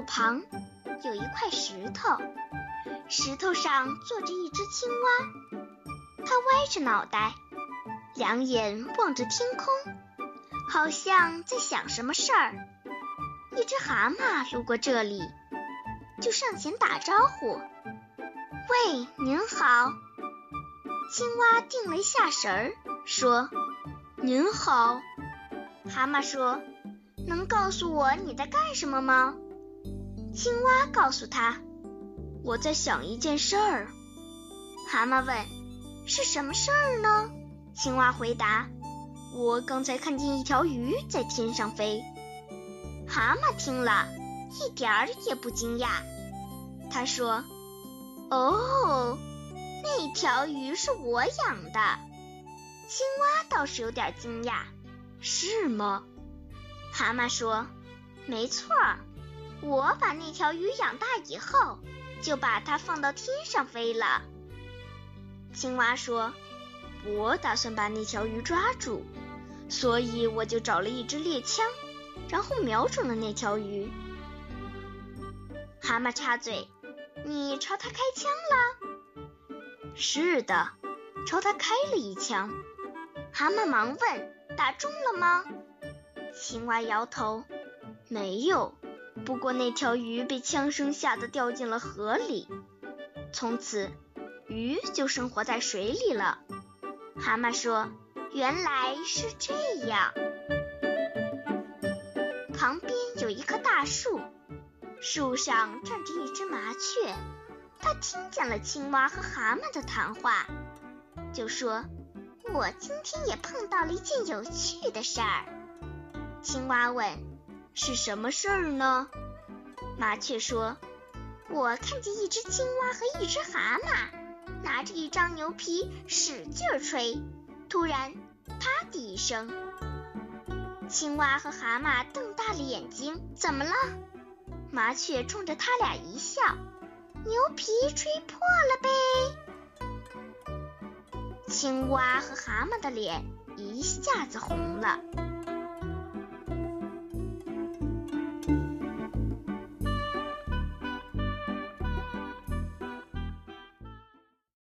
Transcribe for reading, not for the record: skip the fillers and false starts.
路旁有一块石头，石头上坐着一只青蛙，它歪着脑袋，两眼望着天空，好像在想什么事儿。一只蛤蟆路过这里，就上前打招呼：“喂，您好。”青蛙定了一下神儿，说：“您好。”蛤蟆说：“能告诉我你在干什么吗？”青蛙告诉他：“我在想一件事儿。”蛤蟆问：“是什么事儿呢？”青蛙回答：“我刚才看见一条鱼在天上飞。”蛤蟆听了，一点儿也不惊讶。他说：“哦，那条鱼是我养的。”青蛙倒是有点惊讶：“是吗？”蛤蟆说：“没错，我把那条鱼养大以后，就把它放到天上飞了。”青蛙说：“我打算把那条鱼抓住，所以我就找了一支猎枪，然后瞄准了那条鱼。”蛤蟆插嘴：“你朝它开枪了？”“是的，朝它开了一枪。”蛤蟆忙问：“打中了吗？”青蛙摇头：“没有，不过那条鱼被枪声吓得掉进了河里，从此鱼就生活在水里了。”蛤蟆说：“原来是这样。”旁边有一棵大树，树上站着一只麻雀，它听见了青蛙和蛤蟆的谈话，就说：“我今天也碰到了一件有趣的事儿。”青蛙问：“是什么事儿呢？”麻雀说：“我看见一只青蛙和一只蛤蟆拿着一张牛皮使劲吹，突然啪的一声，青蛙和蛤蟆瞪大了眼睛。怎么了？”麻雀冲着他俩一笑：“牛皮吹破了呗。”青蛙和蛤蟆的脸一下子红了。